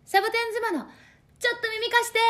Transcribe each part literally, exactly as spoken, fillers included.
サボテン妻のちょっと耳貸して。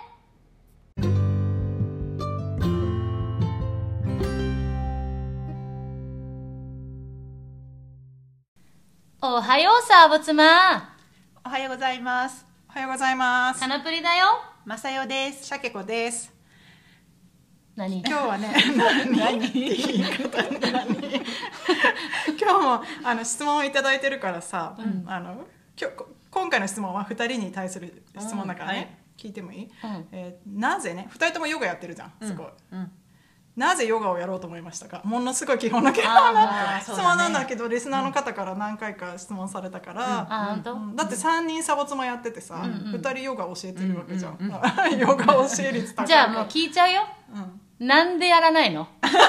おはようサボ妻。 おはようございます。 おはようございます。 カナプリだよ。 まさよです。 シャケ子です。 何？ 今日はね何って言い方何今日もあの質問をいただいてるからさ、うん、あの今日今回の質問はふたりに対する質問だからね、うんはい、聞いてもいい、うんえー、なぜねふたりともヨガやってるじゃんすごい、うんうん、なぜヨガをやろうと思いましたか。ものすごい基本の基本な質問なんだけど、リスナーの方から何回か質問されたから、うんうん、だってさんにんサボ妻やっててさ、うんうん、ふたりヨガ教えてるわけじゃん、うんうん、ヨガ教え率高い。 じゃあもう聞いちゃうよ、うん、なんでやらないの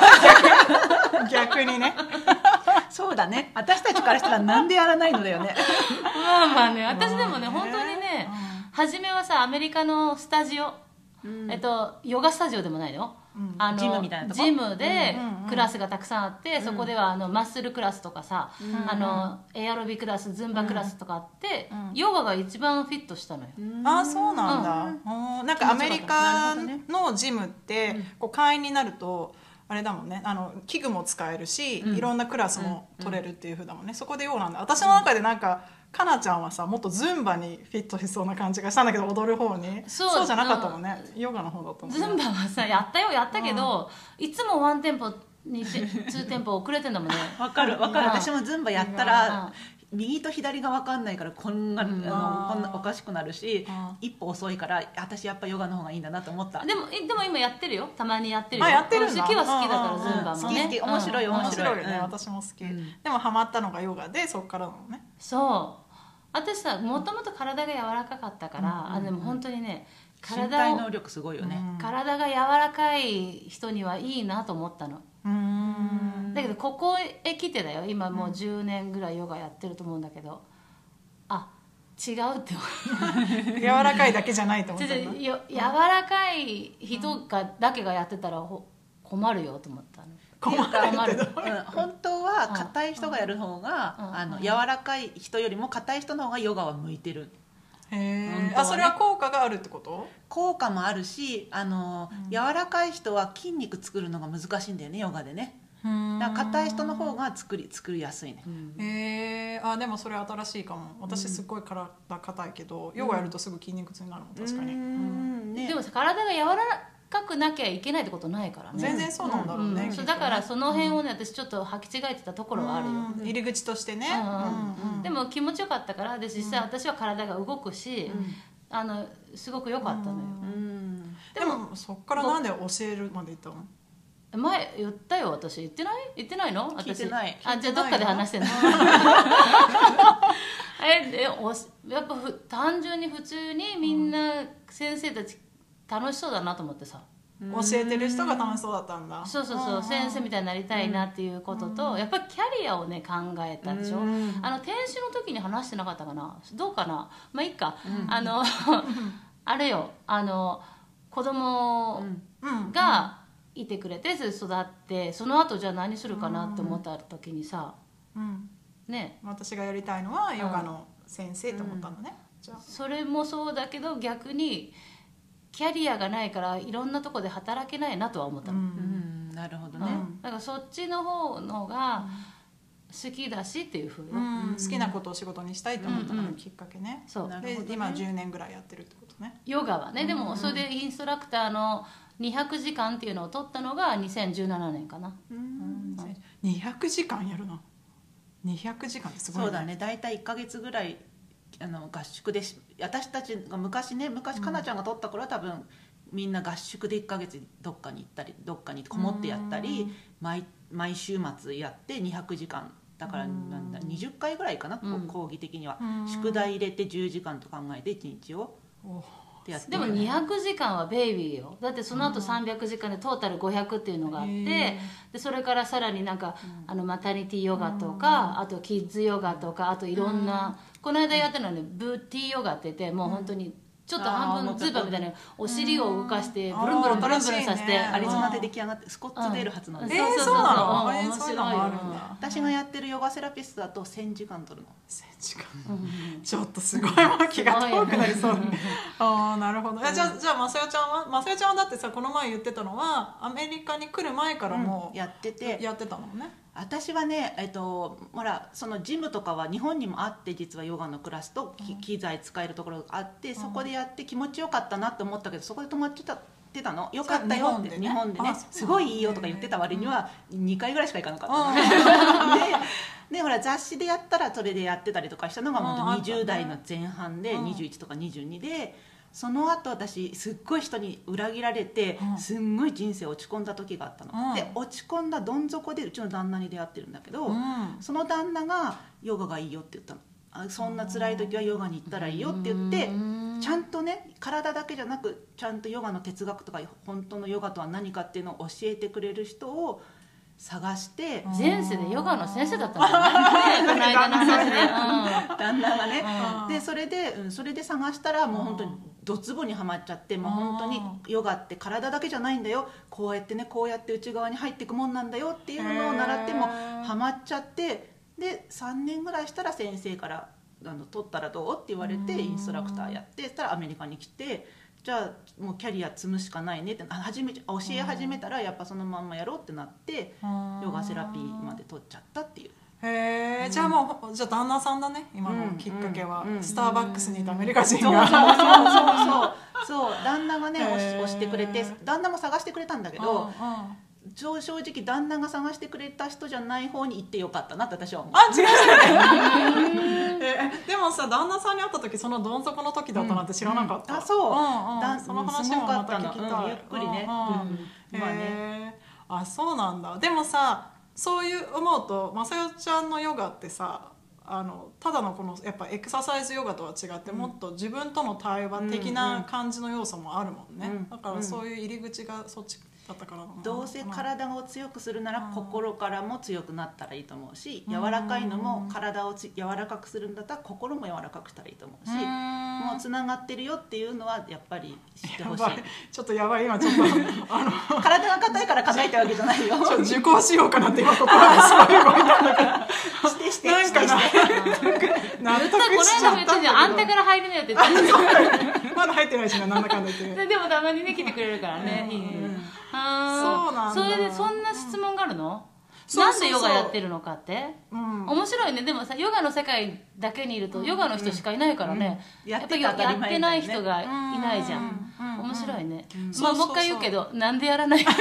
逆にねそうだね、私たちからしたらなんでやらないのだよねまあまあね、私でもね、本当にね、初めはさアメリカのスタジオ、うん、えっとヨガスタジオでもないの、うん、あのジムみたいなとこ、 ジムでクラスがたくさんあって、うん、そこではあのマッスルクラスとかさ、うん、あのエアロビクラス、ズンバクラスとかあって、うん、ヨガが一番フィットしたのよ、 うん、ああそうなんだ、うん、なんかアメリカのジムってこう会員になるとあれだもんね、あの器具も使えるし、うん、いろんなクラスも取れるっていう風だもんね、うん、そこでヨガなんだ。私の中でなんかかなちゃんはさもっとズンバにフィットしそうな感じがしたんだけど、踊る方に そう, そうじゃなかったもんね、ヨガの方だったもんね。 ズンバはさやったよやったけど、うん、いつもワンテンポにツーテンポ遅れてんだもんねわかるわかる、私もズンバやったら右と左が分かんないからこんな、うん、あのこんなおかしくなるし、一歩遅いから私やっぱヨガの方がいいんだなと思った。 でもでも今やってるよ、たまにやってるよ。 あやってるんだ。 好きは好きだから、ズンバもね。 好き好き、面白い面白いよね、私も好き、うん、でもハマったのがヨガで、そっからなのね。 そう私さもともと体が柔らかかったから、うん、あでも本当にね体を身体能力すごいよね、 うん、体が柔らかい人にはいいなと思ったの。うーんだけどここへ来てだよ、今もうじゅうねんぐらいヨガやってると思うんだけど、あ違うって柔らかいだけじゃないと思ったんだ。 柔らかい人がだけがやってたら困るよと思ったの。 困るけど、 うん、本当は硬い人がやる方が、うん、あの柔らかい人よりも硬い人の方がヨガは向いてる。 へえ、ね、あそれは効果があるってこと？ 効果もあるし、あの、うん、柔らかい人は筋肉作るのが難しいんだよねヨガでね。だから硬い人の方が作り作りやすいね、うん、 へえ、あでもそれ新しいかも。私すっごい体硬いけど、うん、ヨガやるとすぐ筋肉痛になるもん確かに、 うんね、でもさ体が柔らかくなきゃいけないってことないからね。 全然そうなんだろうね、 うん、そうだからその辺をね、私ちょっと履き違えてたところはあるよ、 うん、入り口としてね、うんうんうん、でも気持ちよかったからで実際私は体が動くし、うん、あのすごく良かったのよ、うん、 でも、でもそっからなんで教えるまで行ったの？ 前言ったよ私。言ってない？言ってないの？ 聞いてない。 あじゃあどっかで話してんのえおやっぱふ単純に普通にみんな先生たち楽しそうだなと思ってさ、 教えてる人が楽しそうだったんだ。 そうそうそう、先生みたいになりたいなっていうことと、やっぱりキャリアをね考えたでしょ。あの研修の時に話してなかったかな、どうかな、まあいいか、あのあれよ、あの子供がいてくれて育って、その後じゃあ何するかなって思った時にさ、 うんね、 私がやりたいのはヨガの先生と思ったのね、 うん、じゃあそれもそうだけど逆にキャリアがないからいろんなとこで働けないなとは思ったの、うんうん、なるほどね、 うん、だからそっちの方のが好きだしっていうふうに、 うんうん、好きなことを仕事にしたいと思ったのがきっかけね、うんうん、 そうで、ね、今じゅうねんぐらいやってるってことね、 ヨガはね。でもそれでインストラクターのにひゃくじかんっていうのを取ったのがにせんじゅうななねんかな、うんうん、 にひゃくじかんやるのにひゃくじかんってすごいね。 そうだね、大体いっかげつぐらいあの合宿で、私たちが昔ね昔かなちゃんが取った頃は多分みんな合宿でいっかげつどっかに行ったりどっかにこもってやったり、毎, 毎週末やってにひゃくじかんだからなんだにじゅっかいぐらいかな、うん、講義的には宿題入れてじゅうじかんと考えていちにちをで, でもにひゃくじかんはベイビーよ。だってその後さんびゃくじかんでトータルごひゃくっていうのがあって、でそれからさらになんか、うん、あのマタニティヨガとか、あとキッズヨガとか、あといろんな、この間やったのはねブーティーヨガって言って、もう本当にちょっと半分ズーパーみたいなお尻を動かしてブルンブルンブルンブルンさせて、 あーアリゾナで出来上がってスコッツデール発なんです、 えー、 そうそうそうなの？ うんえー面白いそういうのもあるんだ。 私がやってるヨガセラピストだとせんじかん取るの。 せんじかんうんちょっとすごいもう気が遠くなりそう。ああなるほど。えじゃあじゃあまさよちゃんはまさよちゃんはだってさこの前言ってたのはアメリカに来る前からもうやってて、 やってたのね。 私はね、えっと、ほらそのジムとかは日本にもあって実はヨガのクラスとき機材使えるところがあってそこでやって気持ちよかったなと思ったけどそこで止まってたってたのよかったよって日本でねすごいいいよとか言ってた割にはにかいぐらいしか行かなかったのででほら雑誌でやったらそれでやってたりとかしたのが本当にじゅう代の前半でにじゅういちとかにじゅうにでその後私すっごい人に裏切られてすんごい人生落ち込んだ時があったので落ち込んだどん底でうちの旦那に出会ってるんだけどその旦那がヨガがいいよって言ったのあそんな辛い時はヨガに行ったらいいよって言ってちゃんとね体だけじゃなくちゃんとヨガの哲学とか本当のヨガとは何かっていうのを教えてくれる人を探して前世でヨガの先生だったんじゃないこの間の話で、うん、 旦那がねうんでそれで、うん、それで探したらもう本当にドツボにはまっちゃってもう本当にヨガって体だけじゃないんだよこうやってねこうやって内側に入っていくもんなんだよっていうのを習ってもはまっちゃってでさんねんぐらいしたら先生からあの取ったらどうって言われてインストラクターやってそしたらアメリカに来てじゃあもうキャリア積むしかないねって始め教え始めたらやっぱそのまんまやろうってなってヨガセラピーまで取っちゃったっていう。 へえ、じゃあもうじゃあ旦那さんだね今のきっかけは、 うんうんスターバックスにいたアメリカ人そうがそうそうそうそう旦那がね押し押してくれて旦那も探してくれたんだけど正直旦那が探してくれた人じゃない方に行ってよかったなって私は思う。 あ違うえでもさ旦那さんに会った時そのどん底の時だったなんて知らなかった、 うんうんあそう、 うんうん、 だその話もまた聞きたい、 うんゆっくりね、 うんうんうんまあねへーあそうなんだ。でもさそういう思うとまさよちゃんのヨガってさあのただのこのやっぱエクササイズヨガとは違って、うん、もっと自分との対話的な感じの要素もあるもんね、うんうん、だからそういう入り口がそっちだったからなのかな。 どうせ体を強くするなら心からも強くなったらいいと思うし柔らかいのも体をつ柔らかくするんだったら心も柔らかくしたらいいと思うしもうつながってるよっていうのはやっぱり知ってほしい。 ちょっとやばい今ちょっとあの体が硬いから硬いってわけじゃないよ。 ちょっと受講しようかなって今心がすごい動いたんだからしてしてなんかな納得しちゃったんだけどこの間も言ってんじゃんあんたから入るのよって言ってまだ入ってないしななんだかんだ言ってででもたまにね来てくれるからね、いいねあそうなんだ。 それでそんな質問があるの、 うん、 なんでヨガやってるのかって、 うん、 面白いね。でもさヨガの世界だけにいると、うん、ヨガの人しかいないからね、うん、やっぱりやってない人がいないじゃん、うん、面白いね、うんまあ、もう一回言うけどなんでやらない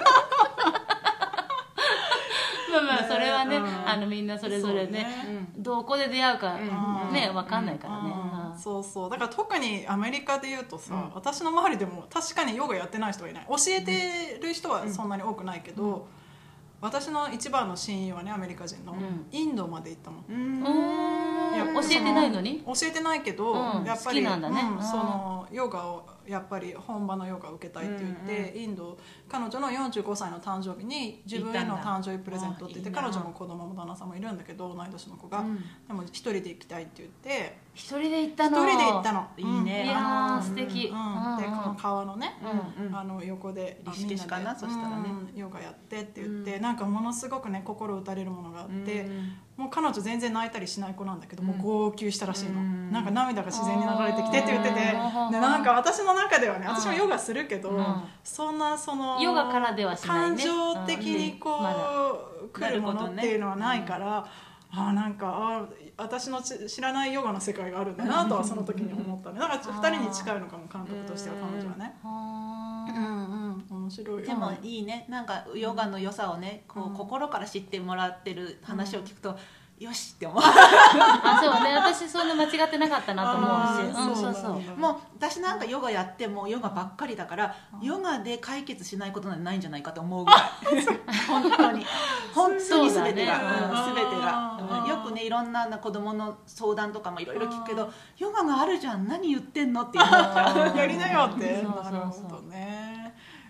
まあまあそれはね、うん、あのみんなそれぞれ ね, ねどこで出会うか、うん、ね分かんないからね、 うんうん、そうそうだから特にアメリカで言うとさ、うん、私の周りでも確かにヨガやってない人はいない。教えてる人はそんなに多くないけど、うん、私の一番の親友はねアメリカ人の、うん、インドまで行ったもん、 うん、いや教えてないのに教えてないけど、うん、やっぱり好きなんだね、 うん、そのヨガをやっぱり本場のヨガを受けたいって言って、うんうん、インド彼女のよんじゅうごさいの誕生日に自分への誕生日プレゼントって言って彼女も子供も旦那さんもいるんだけど同い年の子が、うん、でも一人で行きたいって言って一人で行ったの一人で行ったのいいね、 いや素敵、 うんうん、でこの川のね、うんうん、あの横でリシケシかなそしたらね、 うん、ヨガやってって言って、うん、なんかものすごくね心打たれるものがあって、うん、もう彼女全然泣いたりしない子なんだけど、うん、もう号泣したらしいの、うん、なんか涙が自然に流れてきてって言ってて、でなんか私の中ではね私もヨガするけど、うん、そんなそのヨガからではしないね、 感情的にこう、うんま、来るものっていうのはないから、あなんかあ私の知らないヨガの世界があるんだなとはその時に思ったね。だからふたりに近いのかも感覚としては彼女はね。うんうん面白い。 でもいいねなんかヨガの良さをねこう、うん、心から知ってもらってる話を聞くと、うん、よしって思うあそうね私そんな間違ってなかったなと思うし、うん、そうそうもう私なんかヨガやってもヨガばっかりだからヨガで解決しないことなんてないんじゃないかと思うぐらい本当に本当に全てが、ねうん、全てが、うん、よくねいろんな子供の相談とかもいろいろ聞くけどヨガがあるじゃん何言ってんのって言っちゃうやりなよってそうそうそうなるほどね。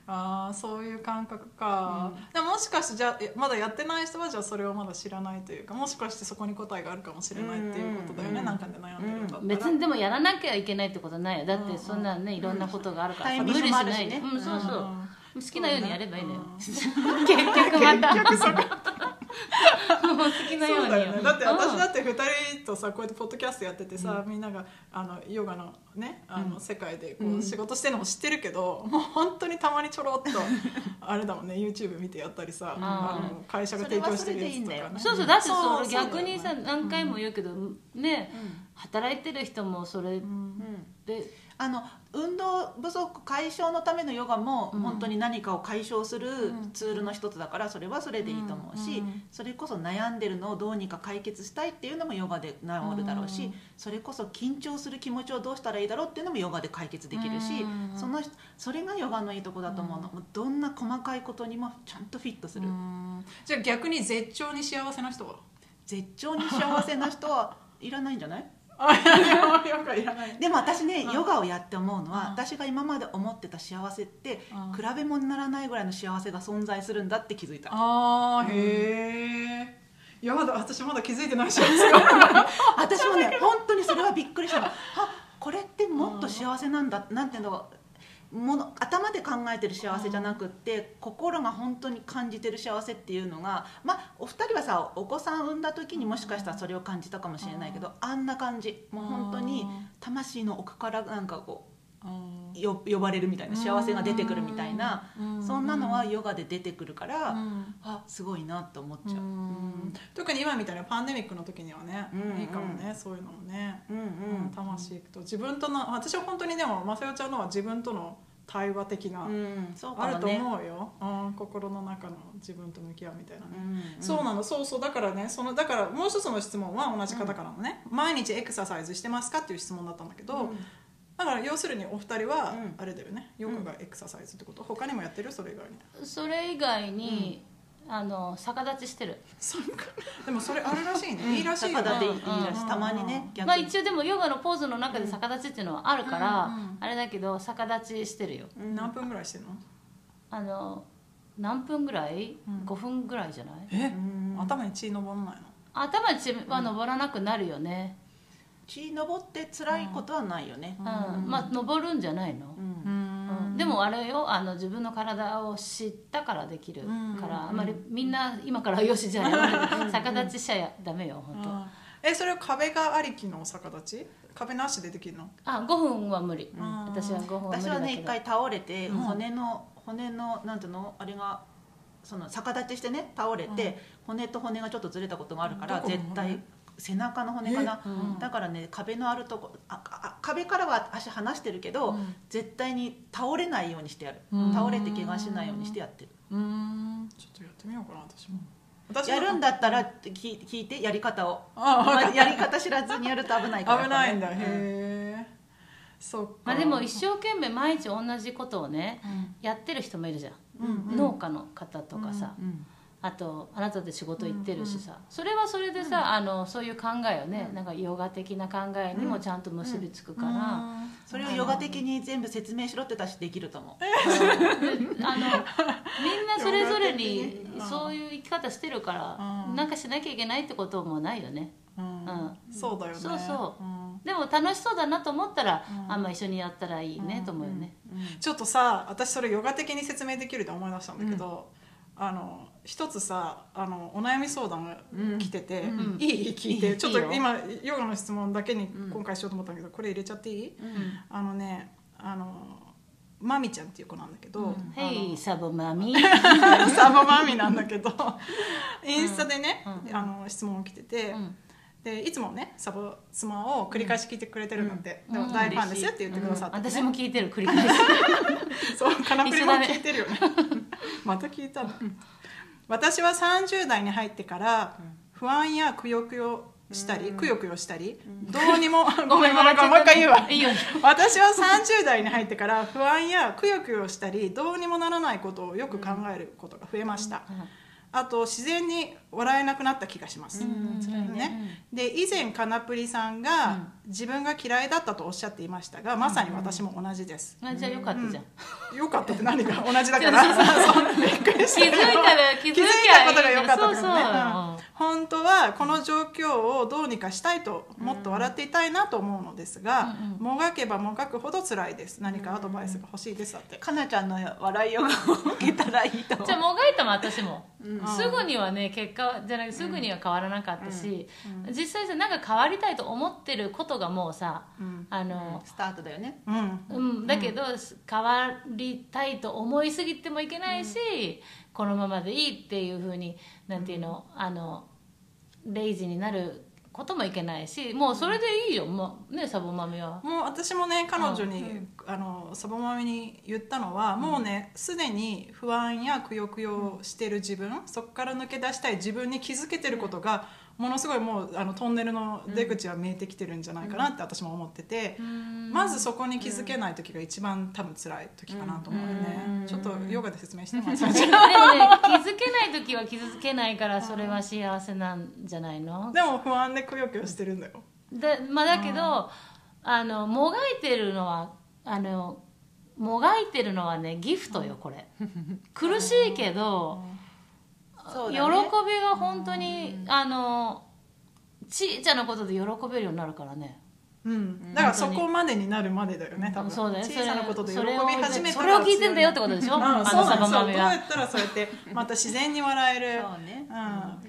ああそういう感覚か、うん、でももしかしてじゃあまだやってない人はじゃあそれをまだ知らないというか、もしかしてそこに答えがあるかもしれないっていうことだよね、うん、なんかで悩んでるんだったら、 別にでもやらなきゃいけないってことないよ。だってそんなね、いろんなことがあるからさ、無理しないで、うん、そうそう、好きなようにやればいいのよ。結局また結局そこもう好きなように。そうだよね。だって私だってふたりとさこうやってポッドキャストやっててさ、みんながあのヨガのねあの世界でこう仕事してるのも知ってるけど、もう本当にたまにちょろっとあれだもんね、 YouTube 見てやったりさ、あの会社が提供してるやつとかね。そうそう、だってそれ逆にさ何回も言うけどね、働いてる人もそれであの運動不足解消のためのヨガも本当に何かを解消するツールの一つだから、それはそれでいいと思うし、それこそ悩んでるのをどうにか解決したいっていうのもヨガで治るだろうし、それこそ緊張する気持ちをどうしたらいいだろうっていうのもヨガで解決できるし、そのそれがヨガのいいとこだと思うの。もうどんな細かいことにもちゃんとフィットする。 じゃあ逆に絶頂に幸せな人は？ 絶頂に幸せな人はいらないんじゃない？でも私ね、ヨガをやって思うのは、私が今まで思ってた幸せって比べ物にならないぐらいの幸せが存在するんだって気づいた。 あー、へえ。いやまだ私まだ気づいてない幸せが私もね本当にそれはびっくりしたの。あ、これってもっと幸せなんだ、なんていうの、もの頭で考えてる幸せじゃなくって、心が本当に感じてる幸せっていうのが、まあお二人はさお子さん産んだ時にもしかしたらそれを感じたかもしれないけど、あんな感じ、もう本当に魂の奥からなんかこうよ呼ばれるみたいな、幸せが出てくるみたいな、そんなのはヨガで出てくるから、あ、すごいなって思っちゃう。 特に今みたいなパンデミックの時にはね、いいかもね、そういうのもね。魂と自分との、私は本当にでもまさよちゃんのは自分との対話的な、あると思うよ、心の中の自分と向き合うみたいなね。そうなの、そうそう、だからね、そのだからもう一つの質問は同じ方からのね、毎日エクササイズしてますかっていう質問だったんだけど、だから要するにお二人はあれだよね、ヨガがエクササイズってこと？他にもやってる？それ以外に。 それ以外に、あの逆立ちしてる。 でもそれあるらしいね。いいらしいよね。 逆立ていいらしい。たまにね。 まあ一応でもヨガのポーズの中で逆立ちっていうのはあるからあれだけど、逆立ちしてるよ。 何分ぐらいしてるの？ あの何分ぐらい？ごふんぐらいじゃない？ え？頭に血昇らないの？ 頭に血は昇らなくなるよね。 血昇って辛いことはないよね。 うん、まあ昇るんじゃないの？でもあれよ、あの自分の体を知ったからできるから、あんまりみんな今からよしじゃあ逆立ちしちゃダメよ本当。え、それは壁がありきの逆立ち？壁なしでできるの？ あ、ごふんは無理。私はごふんは無理だけど。 私はね一回倒れて、骨の骨のなんていうのあれがその逆立ちしてね倒れて、骨と骨がちょっとずれたことがあるから、絶対背中の骨かな、うん、だからね壁のあるとこああ壁からは足離してるけど、うん、絶対に倒れないようにしてやる、倒れて怪我しないようにしてやってる。 うーん、ちょっとやってみようかな私も。私やるんだったら聞聞いてやり方を、あ、まあ、やり方知らずにやると危ないから、ね、 危ないんだ。へえ、そっか。 まあでも一生懸命毎日同じことをね、うん、やってる人もいるじゃん、うんうん、農家の方とかさ、うんうん、あとあなたで仕事行ってるしさ、うんうん、それはそれでさ、うん、あのそういう考えをね、うん、なんかヨガ的な考えにもちゃんと結びつくから、うんうん、 それをヨガ的に全部説明しろって私できると思う。 あのみんなそれぞれにそういう生き方してるから、うん、なんかしなきゃいけないってこともないよね、 うんうん、そうだよね。 そうそう、うん、でも楽しそうだなと思ったら、うん、あんま一緒にやったらいいねと思うよね、 うんうんうん、ちょっとさ私それヨガ的に説明できると思い出したんだけど、うん、あの一つさあのお悩み相談が来てて、うん、いい聞いて、ちょっと今ヨガの質問だけに今回しようと思ったんだけど、これ入れちゃっていい？うん、あのねあのマミちゃんっていう子なんだけど、 ヘイサボマミサボマミなんだけどインスタでね、うん、あの質問来てて、うん、でいつもねサボスマを繰り返し聞いてくれてるんで、うん、大ファンですよって言ってくださって、ね、 うん、私も聞いてる繰り返しそうカナプリも聞いてるよねまた聞いたの私はさんじゅう代に入ってから不安やくよくよしたり、くよくよしたり、どうにもごめんごめんごめんもう一回言うわ。いいよ。私はさんじゅう代に入ってから不安やくよくよしたり、どうにもならないことをよく考えることが増えました。 あと自然に笑えなくなった気がします、 うん辛いねね、で以前カナプリさんが、うん、自分が嫌いだったとおっしゃっていましたが、まさに私も同じです、 うん、あじゃあよかったじゃん、 うん、よかったって何が同じだからびっくりした気づいたら気づいたことがよかったってことね。 そうそう、うん、 本当はこの状況をどうにかしたいと、もっと笑っていたいなと思うのですが、うんうん、もがけばもがくほど辛いです。何かアドバイスが欲しいですだって。 かなちゃんの笑いようが受けたらいいと思う。 じゃあもがいたも私も、うん、すぐにはね結果じゃなくてすぐには変わらなかったし、うんうん、実際さなんか変わりたいと思ってることがもうさ、うん、あの、 うん、スタートだよね、 うんうん、だけど、うん、変わりたいと思いすぎてもいけないし、うん、このままでいいっていう風になんていうの、うん、あのレイジになることもいけないし、もうそれでいいよ、もうね、サボマミは。 もう私もね彼女に、うん、あのサボマミに言ったのは、うん、もうねすでに不安やくよくよしてる自分、うん、そこから抜け出したい自分に気づけてることが、ものすごいもうあのトンネルの出口は見えてきてるんじゃないかなって私も思ってて、うん、まずそこに気づけない時が一番多分辛い時かなと思うよね、うん、ちょっとヨガで説明してもらってでもね、 気づけない時は気づけないからそれは幸せなんじゃないの。 でも不安でくよくよしてるんだよ。 で、まあ、だけどあのもがいてるのはあのもがいてるのはねギフトよこれ苦しいけどそうだね、喜びが本当にあのちいちゃなことで喜べるようになるからね、 うん、だからそこまでになるまでだよね多分。 そうだよ、 小さなことで喜び始めたらそれを聞いてんだよってことでしょ、うん、あのサバマミがどうやったらそうやってまた自然に笑えるそうね、うん、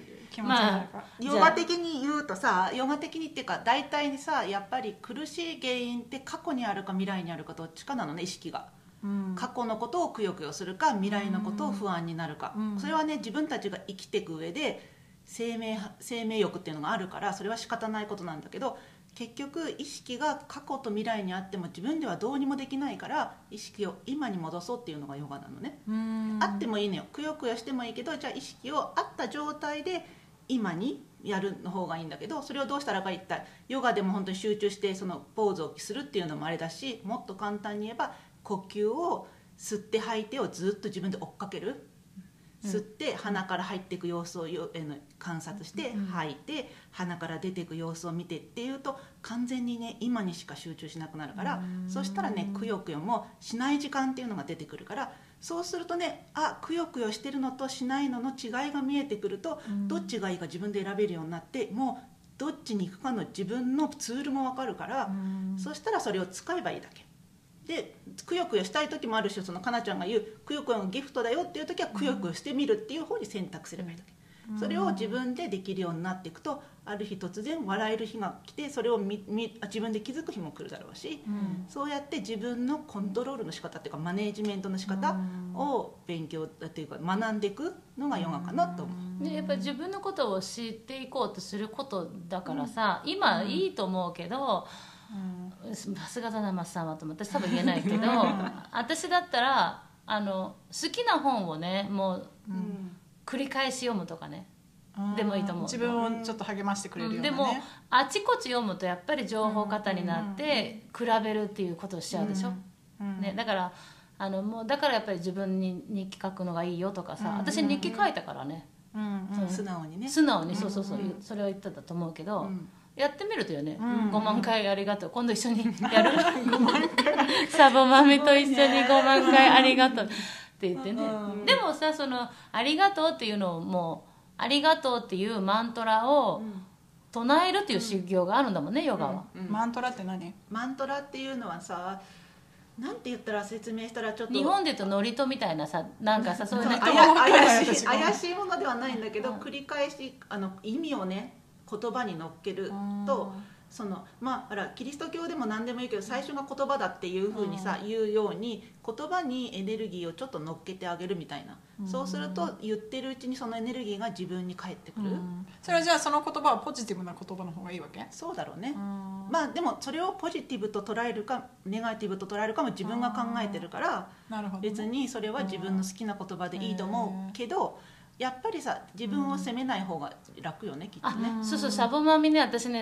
気持ちになるか、まあ、 ヨガ的に言うとさ、ヨガ的にっていうか大体にさやっぱり苦しい原因って過去にあるか未来にあるかどっちかなのね、意識が。うん、過去のことをくよくよするか未来のことを不安になるか、うん、それはね自分たちが生きていく上で生命、生命欲っていうのがあるからそれは仕方ないことなんだけど、結局意識が過去と未来にあっても自分ではどうにもできないから意識を今に戻そうっていうのがヨガなのね。うん、あってもいいのよ、くよくよしてもいいけど、じゃあ意識をあった状態で今にやるの方がいいんだけど、それをどうしたらか一体ヨガでも本当に集中してそのポーズをするっていうのもあれだし、もっと簡単に言えば呼吸を吸って吐いてをずっと自分で追っかける、吸って鼻から入っていく様子を観察して吐いて鼻から出ていく様子を見てっていうと完全にね今にしか集中しなくなるから、そしたらねくよくよもしない時間っていうのが出てくるから、そうするとねあくよくよしてるのとしないのの違いが見えてくるとどっちがいいか自分で選べるようになって、もうどっちに行くかの自分のツールも分かるから、そしたらそれを使えばいいだけで、くよくよしたい時もあるし、そのかなちゃんが言うくよくよのギフトだよっていう時はくよくよしてみるっていう方に選択すればいいだけ、うん、それを自分でできるようになっていくと、ある日突然笑える日が来てそれをみみ自分で気づく日も来るだろうし、うん、そうやって自分のコントロールの仕方っていうかマネージメントの仕方を勉強っていうか学んでいくのがヨガかなと思う。 でやっぱり自分のことを知っていこうとすることだからさ、うん、今いいと思うけど、さすがだなマスさんはと思って私多分言えないけど私だったらあの好きな本をねもう、うん、繰り返し読むとかねでもいいと思う。 自分をちょっと励ましてくれるような、ね、 でもあちこち読むとやっぱり情報過多になって比べるっていうことをしちゃうでしょ、うんうんね、だからあのもうだからやっぱり自分に日記書くのがいいよとかさ、うん、私日記書いたからね、 うんうん、素直にね素直にそうそうそう、うん、それを言ってたと思うけど、うんやってみるとよね、うん、ごまんかいありがとう今度一緒にやるごまんかいサボマミと一緒にごまんかいありがとうって言ってね、うん、でもさそのありがとうっていうのをもうありがとうっていうマントラを唱えるっていう修行があるんだもんね、うん、ヨガは、 うんうん、マントラって何？ マントラっていうのはさなんて言ったら説明したらちょっと日本で言うと祝詞みたいなさなんかさそういうの怪しい怪しいものではないんだけど、うん、繰り返しあの意味をね言葉に乗っけるとそのまあほらキリスト教でも何でもいいけど最初が言葉だっていうふうにさ言うように言葉にエネルギーをちょっと乗っけてあげるみたいな、そうすると言ってるうちにそのエネルギーが自分に返ってくる。 それはじゃあその言葉はポジティブな言葉の方がいいわけ？ そうだろうね。まあでもそれをポジティブと捉えるかネガティブと捉えるかも自分が考えてるから、なるほどね、別にそれは自分の好きな言葉でいいと思うけどやっぱりさ自分を責めない方が楽よね、きっとね。 あそうそうサボマミね私ね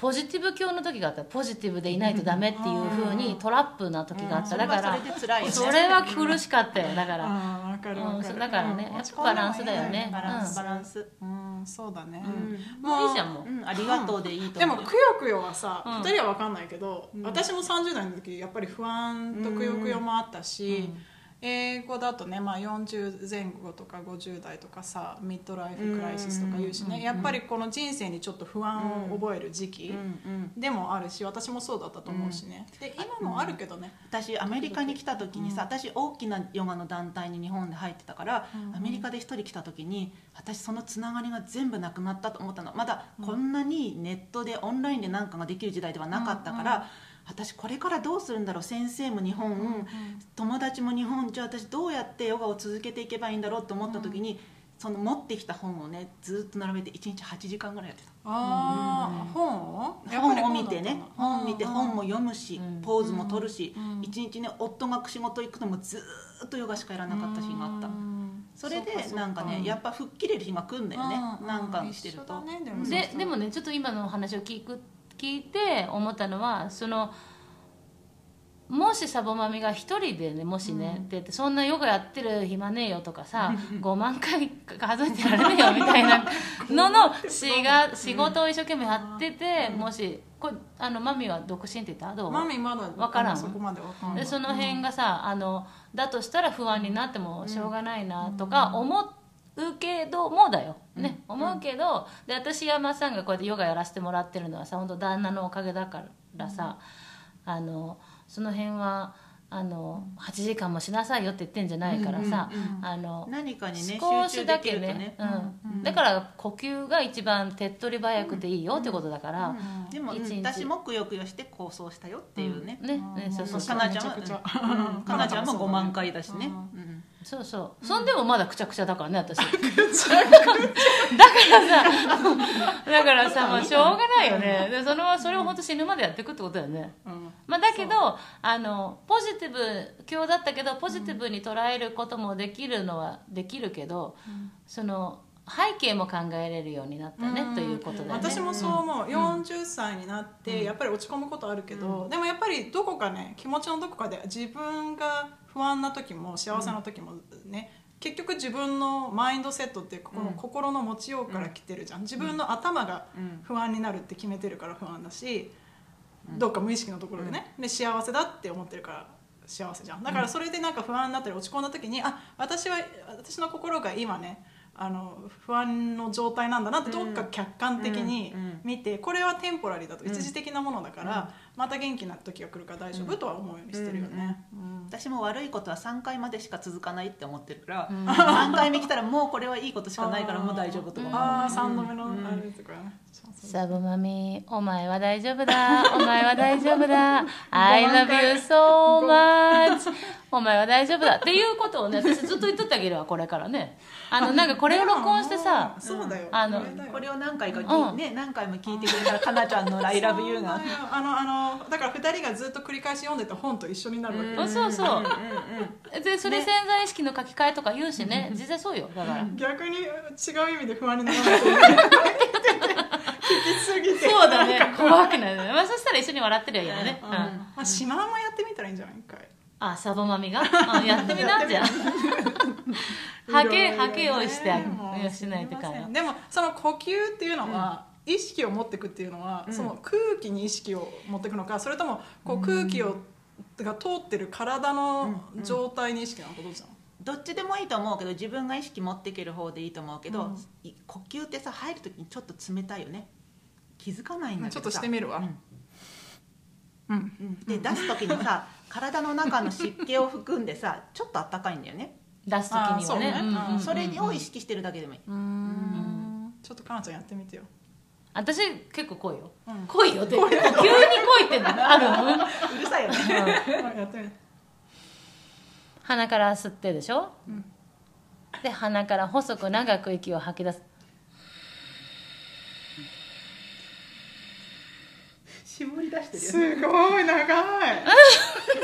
ポジティブ教の時があった。ポジティブでいないとダメっていう風にトラップな時があった。だからそれはそれで辛いよね。 それは苦しかったよ。だからあーわかるわかる、 うん、だからね、やっぱバランスだよね。 バランスバランス、 うんそうだね、 もういいじゃんもう。 うん、ありがとうでいいとで思う。 もくよくよはさ、 うんふたりは分かんないけど、私もさんじゅう代の時やっぱり不安とくよくよもあったし、英語だとね、まあ、よんじゅうぜん後とかごじゅう代とかさミッドライフクライシスとか言うしね、やっぱりこの人生にちょっと不安を覚える時期でもあるし、私もそうだったと思うしね、で今もあるけどね、 私アメリカに来た時にさ、私大きなヨガの団体に日本で入ってたから、アメリカで一人来た時に私そのつながりが全部なくなったと思ったの。まだこんなにネットでオンラインで何かができる時代ではなかったから、私これからどうするんだろう、先生も日本、うん、友達も日本、じゃあ私どうやってヨガを続けていけばいいんだろうと思った時に、その持ってきた本をねずっと並べていちにちはちじかんぐらいやってた。 ああ、本を本を見てね、本見て本も読むし、 うんポーズも取るし、一日ね夫が仕事行くのもずっとヨガしかやらなかった日があった。それでなんかねやっぱ吹っ切れる日が来るんだよね、なんかしてると。 ででもねちょっと今の話を聞く聞いて思ったのは、そのもしサボマミが一人でねもしね、うん、ってそんなヨガやってる暇ねえよとかさごまんかい数えてられねえよみたいなののしが仕事を一生懸命やってて、うん、もしこれあのマミは独身って言った？どう？ マミまだ分からん。 そこまで分からん。 でその辺がさ、あのだとしたら不安になってもしょうがないなとか思うけどもだよね、うん、思うけど、で私山さんがこうやってヨガやらせてもらってるのはさ本当旦那のおかげだからさ、うん、あのその辺はあのはちじかんもしなさいよって言ってんじゃないからさ、 うんうんうん、 あの何かにね少しだけね、 集中できるとね、 うんうん、だから呼吸が一番手っ取り早くていいよってことだから、 うんうんうん、でも私もくよくよして構想したよっていうね、 うん、ね、ね、そうそうそう、 かなちゃんもかなちゃんもごまんかいだしね、 うんうん、 そうそう、そんでもまだくちゃくちゃだからね私だからさだからさ、まあ、しょうがないよね。でそのそれを本当死ぬまでやっていくってことだよね、うん、まあ、だけどあのポジティブ今日だったけどポジティブに捉えることもできるのはできるけど、うん、その背景も考えれるようになったね、うん、ということだよね。 私もそう思う、うん、よんじゅっさいになってやっぱり落ち込むことあるけど、うん、でもやっぱりどこかね気持ちのどこかで自分が不安な時も幸せな時もね、うん、結局自分のマインドセットっていうかこの心の持ちようから来てるじゃん。自分の頭が不安になるって決めてるから不安だし、うん、どっか無意識のところでね、で幸せだって思ってるから幸せじゃん。だからそれでなんか不安になったり落ち込んだ時に、あ、私は私の心が今ねあの不安の状態なんだなってどっか客観的に見て、これはテンポラリーだと一時的なものだからまた元気な時が来るから大丈夫とは思うようにしてるよね、うんうんうん、 私も悪いことはさんかいまでしか続かないって思ってるから、うん、さんかいめ来たらもうこれはいいことしかないからもう大丈夫とか思う。 ああさんどめのあれとかね、 うん、サボマミお前は大丈夫だお前は大丈夫だI love you so much お前は大丈夫だっていうことをね私ずっと言っとってあげるわこれからね。あのなんかこれを録音してさ、 そうだよ、 あのこれを何回か聞い、うん、ね、何回も聞いてくれたらかなちゃんの I love you があのあのだからふたりがずっと繰り返し読んでた本と一緒になるわけ、 うん、そうそう、うんうんうん、でそれ潜在意識の書き換えとか言うしね、実際そうよ。だから逆に違う意味で不安にならないといけない聞きすぎてそうだね怖くないね、まあ、そしたら一緒に笑ってるやんね、うんうん、 まあ、シマウマやってみたらいいんじゃないかい。 あ、サボマミがあやってみなじゃんハケハケをしてあげしないとかん。 でもその呼吸っていうのは、うん、意識を持っていくっていうのは、うん、その空気に意識を持っていくのか、それともこう空気を、うん、が通ってる体の状態に意識なのかどうじゃん。 どっちでもいいと思うけど自分が意識持っていける方でいいと思うけど、うん、呼吸ってさ入る時にちょっと冷たいよね。気づかないんだけどさ、 ちょっとしてみるわ、うんうんうん、で出す時にさ体の中の湿気を含んでさちょっとあったかいんだよね出す時にはね。 そ, ね、 うんうん、それを意識してるだけでもいい。 うん、うん、ちょっとかなちゃんやってみてよ。 私結構濃いよ、うん、濃いよって急に濃いってあるのうるさいよね、 うん、やってみて。 鼻から吸ってでしょ、うん、で鼻から細く長く息を吐き出す。 絞り出してるよ、 すごい長い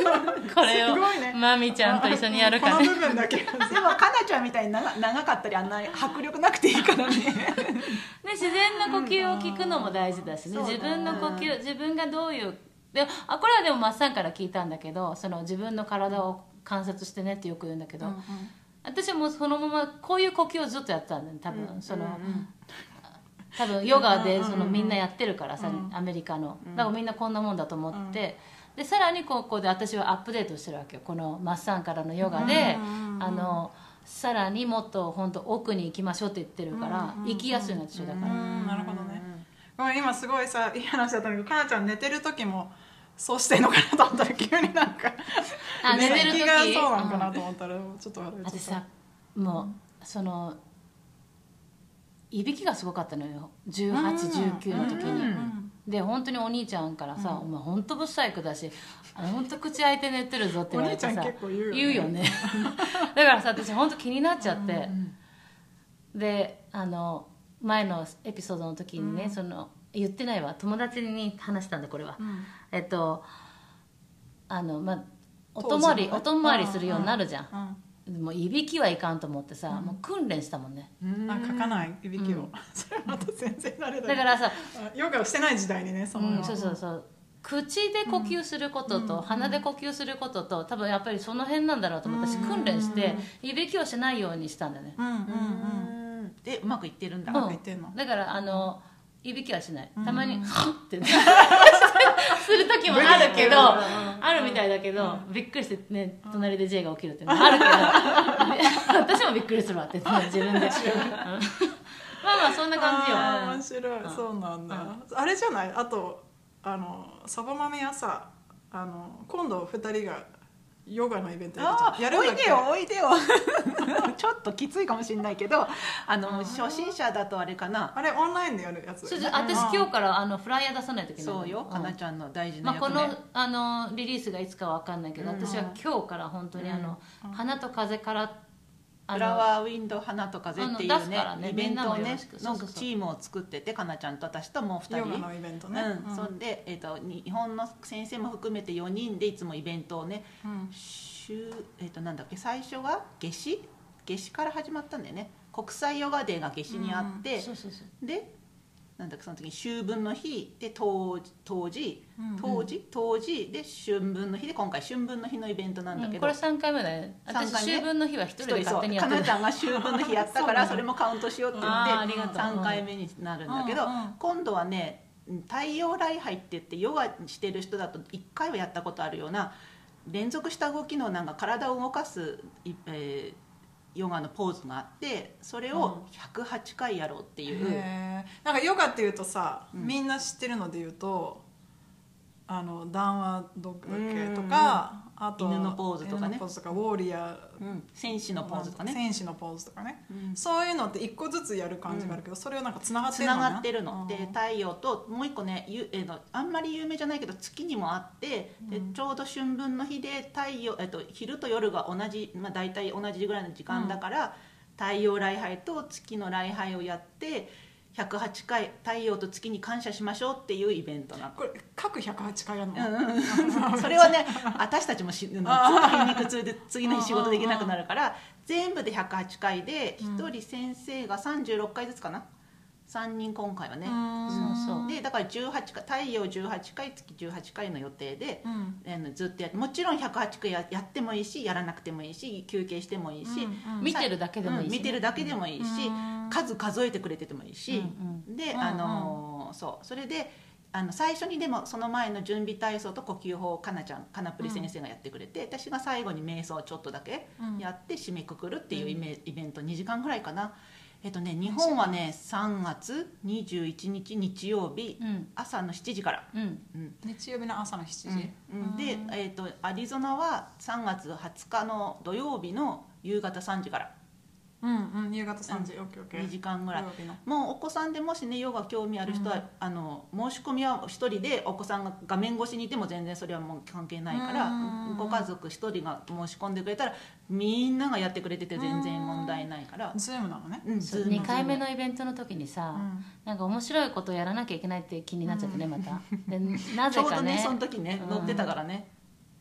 これをすごいねマミちゃんと一緒にやるかこのね部分だけでもかなちゃんみたいに長長かったりあんな迫力なくていいからねね、自然な呼吸を聞くのも大事だしね、 うん自分の呼吸、自分がどういうであこれはでもマッサンから聞いたんだけど、その自分の体を観察してねってよく言うんだけど、 うんうん私はもうそのままこういう呼吸をずっとやってたんだよね多分、 うんその、 うんうん多分ヨガでそのうんみんなやってるからさ、 うんアメリカのうんだからみんなこんなもんだと思って、でさらにここで私はアップデートしてるわけよ、このマッサンからのヨガで、 うんあのさらにもっと本当奥に行きましょうって言ってるから、 うん行きやすいんですよだから、 うんなるほどね。ごめん今すごいさいい話だったんだけど、かなちゃん寝てる時もそうしてんのかなと思ったら急になんかあ寝てる時気がそうなんかなと思ったらちょっと笑いちゃった私さもうそのいびきがすごかったのよじゅうはち、じゅうきゅうの時に、 うんで本当にお兄ちゃんからさ「お前本当ブサイクだしあの本当口開いて寝てるぞ」って言われてさお兄ちゃん結構言うよねねだからさ私本当気になっちゃって、であの前のエピソードの時にね、 うんその言ってないわ友達に話したんでこれは、 うんえっとあのまあお当時のね泊まりお泊まりするようになるじゃん、 うんもういびきはいかんと思ってさ、 うんもう訓練したもんねうんあ書かないいびきを、 うんそれまた全然慣れないだからさ、 あヨガをしてない時代にねその、 うん、そうそうそう口で呼吸することと、 うん鼻で呼吸することと多分やっぱりその辺なんだろうと思って私うん訓練していびきをしないようにしたんだよね、 うんうんうんうんでうまくいってるんだ、 うんうまくいってんのだからあのいびきはしないうんたまに「はっ」ってねする時もあるけどあるみたいだけどびっくりしてね隣で J が起きるっていうのもあるけど私もびっくりするわって言って自分でうんまあまあそんな感じよあー面白い、 うんそうなんだ、あれじゃないあとあのそば豆屋さあの今度ふたりがヨガのイベントやるじゃあんやるんだっけおいでよおいでよちょっときついかもしれないけどあの初心者だとあれかなあれオンラインでやるやつそうそう私今日からあのフライヤー出さないといけないのそうよかなちゃんの大事まあ、こな役目、 のあのリリースがいつかわかんないけど、 うん私は今日から本当にあの、 うん花と風からあフラワーウィンド花と風っていあの出うねすからねイベントをねみんなもよろしくそのうそうそうチームを作っててかなちゃんと私ともうふたりヨガのイベントね、 うんそんで、えー、と日本の先生も含めてよにんでいつもイベントをねうん週、えー、となんだっけ最初は夏至夏至から始まったんだよね国際ヨガデーが夏至にあって、 そうそうそうでなんだっけその時に秋分の日で冬冬至うん冬至冬至で春分の日で今回春分の日のイベントなんだけど、 うんこれさんかいめだね私さんかいめ秋分の日は一人で一人そう勝手にやってるかなちゃんが秋分の日やったからそれもカウントしようって言あーあってりがとうさんかいめになるんだけど、 うんうん今度はね太陽礼拝って言ってヨガしてる人だといっかいはやったことあるような連続した動きのなんか体を動かす、いえーヨガのポーズがあってそれをひゃくはちかいやろうっていう、 へーなんかヨガっていうとさ、 うんみんな知ってるので言うとあの談話ドッグだっけうんとかあと犬のポーズとかね犬のポーズとかウォーリアうん、戦士のポーズとかね、 戦士のポーズとかね、 うんそういうのって一個ずつやる感じがあるけど、それをなんかつながってつるのねながってるの、 うんで太陽ともう一個ねゆ、えーのあんまり有名じゃないけど月にもあって、でちょうど春分の日で太陽、えっと昼と夜が同じ、まあ、大体同じぐらいの時間だから、太陽礼拝と月の礼拝をやってひゃくはちかい太陽と月に感謝しましょうっていうイベントなの。 これ各ひゃくはちかいやるの、 うんうんそれはね私たちもし筋肉痛で次の日仕事できなくなるから全部でひゃくはちかいでうんひとり先生がさんじゅうろっかいずつかなさんにん今回はねうんそうそうでだからじゅうはちかい太陽じゅうはちかい月じゅうはちかいの予定で、 うんあのずっとやってもちろんひゃくはちかいややってもいいしやらなくてもいいし休憩してもいいし、 うんうん見てるだけでもいいしねうん見てるだけでもいいし、 うん数数えてくれててもいいし、 うんで、 うんあのーそうそれであの最初にでもその前の準備体操と呼吸法をかなちゃんかなぷり先生がやってくれて、私が最後に瞑想をちょっとだけやって締めくくるっていうイメイベントにじかんぐらいかな。えっとね、日本はねさんがつにじゅういちにち日曜日、 うん朝のしちじから、 うんうん日曜日の朝のしちじ、 うんで、えっとアリゾナはさんがつはつかの土曜日の夕方さんじからうんうん夕方さんじ、オッケーオッケーにじかんぐらい土曜日のもうお子さんでもしねヨガ興味ある人は、 うんあの申し込みは一人でお子さんが画面越しにいても全然それはもう関係ないから、 うんご家族一人が申し込んでくれたらみんながやってくれてて全然問題ないから、 ズームなのね、 うん、 そうズームにかいめのイベントの時にさ、 うんなんか面白いことをやらなきゃいけないって気になっちゃってねまたでなちょうどねぜかねその時ねうん乗ってたからね、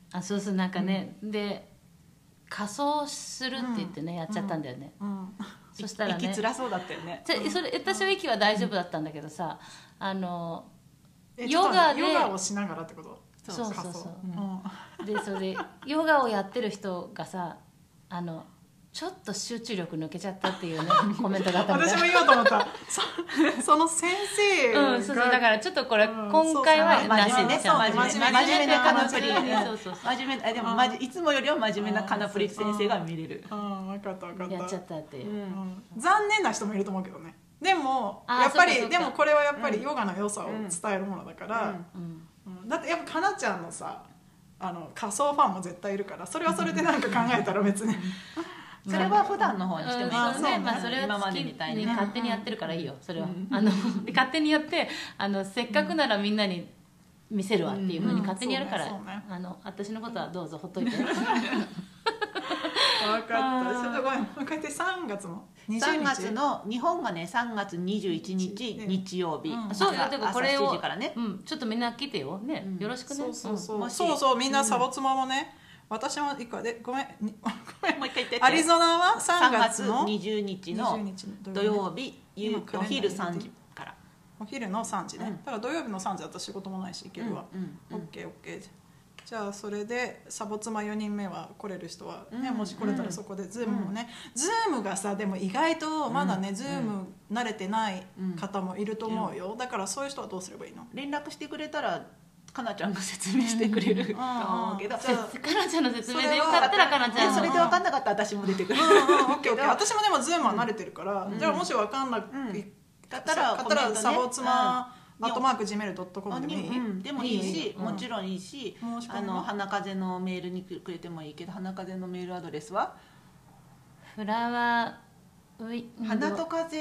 あそうそうなんかね、うん、で仮装するって言ってね、うん、やっちゃったんだよね、うんうん、そしたらね息つらそうだったよね。 それ私は息は大丈夫だったんだけどさ、あのヨガでヨガをしながらってこと？ そうそうそう、うん、でそれでヨガをやってる人がさ、あのちょっと集中力抜けちゃったっていうねコメントがあったみたいな。 私も言おうと思ったそ, その先生が、 うん、そうそうだからちょっとこれ、うん、今回はなしでちゃんと真面目なカナプリ真面目でもまじいつもよりは真面目なカナプリ先生が見れる。 ああ分かった分かった。 やっちゃったっていう、 うん、残念な人もいると思うけどね。でもやっぱりでもこれはやっぱりヨガの良さを伝えるものだから、うんうん、だってやっぱかなちゃんのさあの仮想ファンも絶対いるから、それはそれでなんか考えたら別にそれは普段の方にしてもいいよね、 うん、まあそれは好きに勝手にやってるからいいよそれは、うん、あの勝手にやってあのせっかくならみんなに見せるわっていうふうに勝手にやるから、うんうんねね、あの私のことはどうぞほっといて分かったちょっとごめんもう一回言ってさんがつのにじゅうにちさんがつの日本がねさんがつにじゅういちにち日曜日、 うん、そうだからこれを朝しちじからね、 うん、ちょっとみんな来てよね、うん、よろしくね。 そうそうそう、うん、そうそうみんなサボ妻もね、うん、私も一個でごめんごめんもう一回言ってアリゾナはさんがつのにじゅうにちの土曜日お昼さんじからお昼のさんじね、うん、だから土曜日のさんじだったら仕事もないし行けるわ、うんうんうん、オッケーオッケー。じゃあそれでサボ妻よにんめは来れる人はね、うん、もし来れたらそこでズームもね、うん、ズームがさでも意外とまだね、うん、ズーム慣れてない方もいると思うよ、だからそういう人はどうすればいいの？ 連絡してくれたらかなちゃんが説明してくれる、うん、と思うけど、 かなちゃんの説明でよかったらかなちゃんそれで分かんなかったら私も出てくる、 私もでもズームは慣れてるから、うん、じゃあもし分かんなく、うん、 だったらコメントね、 サボ妻アットマーク ジーメールドットコム でもいい、 うん、でもいいし、うん、もちろんいいし、うん、あの花風のメールにくれてもいいけど、花風のメールアドレスはフラワーウィ花と風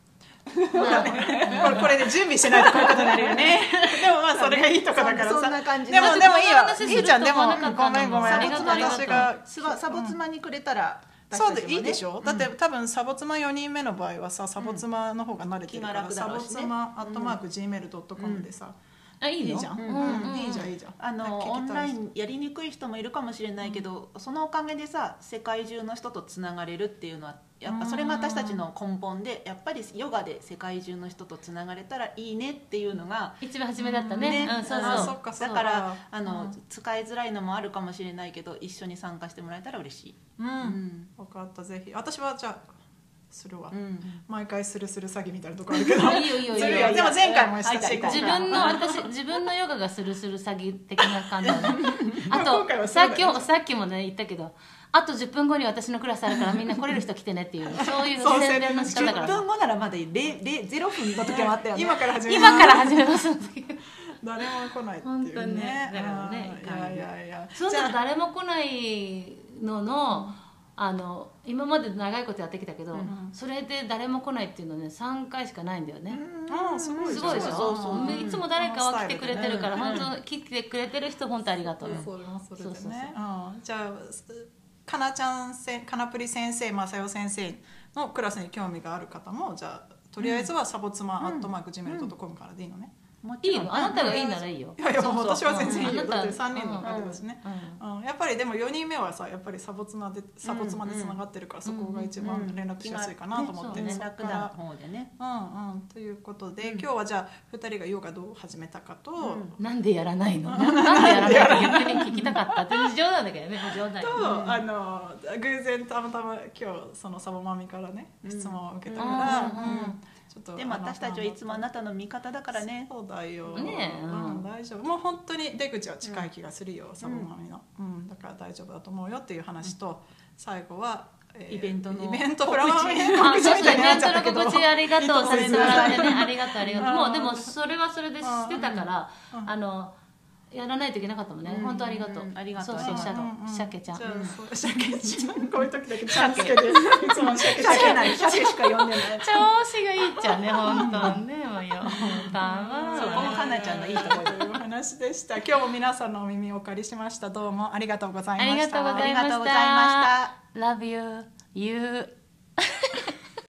これこれで準備しないとこういうことになるよねでもまあそれがいいとかだからさ、 そんな感じでもでもいいよいいじゃん。でもごめんごめん私がサボ妻にくれたら、 そうでいいでしょ、うん、だって多分サボ妻よにんめの場合はさサボ妻の方が慣れてるから、うん、サボ妻アットマーク ジーメールドットコム でさ、 うん、あいいのいいじゃん、うんうん、いいじゃんいいじゃん。 あのオンラインやりにくい人もいるかもしれないけど、うん、そのおかげでさ世界中の人とつながれるっていうのはやっぱそれが私たちの根本で、やっぱりヨガで世界中の人とつながれたらいいねっていうのが一番初めだったね、ね、うん、そうそうだからあの、うん、使いづらいのもあるかもしれないけど一緒に参加してもらえたら嬉しい。 うん、うん、分かった。ぜひ私はじゃあするわ、うん、毎回するする詐欺みたいなとこあるけどいいよいいよいいよいいよ。 でも前回もしたし、 自分の私自分のヨガがするする詐欺的な感じだねあとさっきもさっきもね言ったけど、あとじゅっぷんごに私のクラスあるからみんな来れる人来てねっていうそういう宣伝の仕方からじゅっぷんごならまだゼロふんの時もあったよね今から始め今から始めます誰も来ないっていうね。 本当にねだからねいやいやいやそうなの誰も来ないののあの今まで長いことやってきたけど、うん、それで誰も来ないっていうのねさんかいしかないんだよね。 ああすごいすごいでしょ。そうそう、いつも誰かは来てくれてるから、うん、本当来てくれてる人本当ありがとう。 それもそれでね。そうそうそう、うん、じゃあかなちゃんせかなぷり先生まさよ先生のクラスに興味がある方もじゃあとりあえずはサボ妻アットマーク ジーメールドットコム からでいいのね。 いいのあなたがいいならいいよ。 いやいや私は全然いいよ。だってさんにんの方だしね、うんうん、やっぱりでもよにんめはさやっぱりサボ妻でサボ妻でつながってるから、そこが一番連絡しやすいかなと思って、 連絡な方でね。 うんうんということで、今日はじゃあふたりがヨガどう始めたかと、 なんでやらないのなんでやらないの逆に聞きたかったって冗談だけどね。冗談とあの偶然たまたま今日そのサボマミからね質問を受けたから、 でも私たちはいつもあなたの味方だからね。 そうだよ、 ねえ、 うん、大丈夫。もう本当に出口は近い気がするよ、サボマミの、うん、だから大丈夫だと思うよっていう話と、最後は、 えー、イベントのイベントフラワーミの告知みたいになっちゃったけど、イベントの告知ありがとうさせてもらってねありがとうありがとう。もうでもそれはそれで知ってたから、あのやらないといけなかったもんね。本当ありがとう。 ありがとう。 そうそう、シャケちゃん。 シャケちゃん。こういう時だけちゃんつけて、いつもシャケシャケない。シャケしか読んでない。 調子がいいっちゃね、本当ね、もうよ。 そこもかなちゃんのいいところというお話でした。今日も皆さんのお耳をお借りしました。どうもありがとうございました。 ありがとうございました。Love you, you.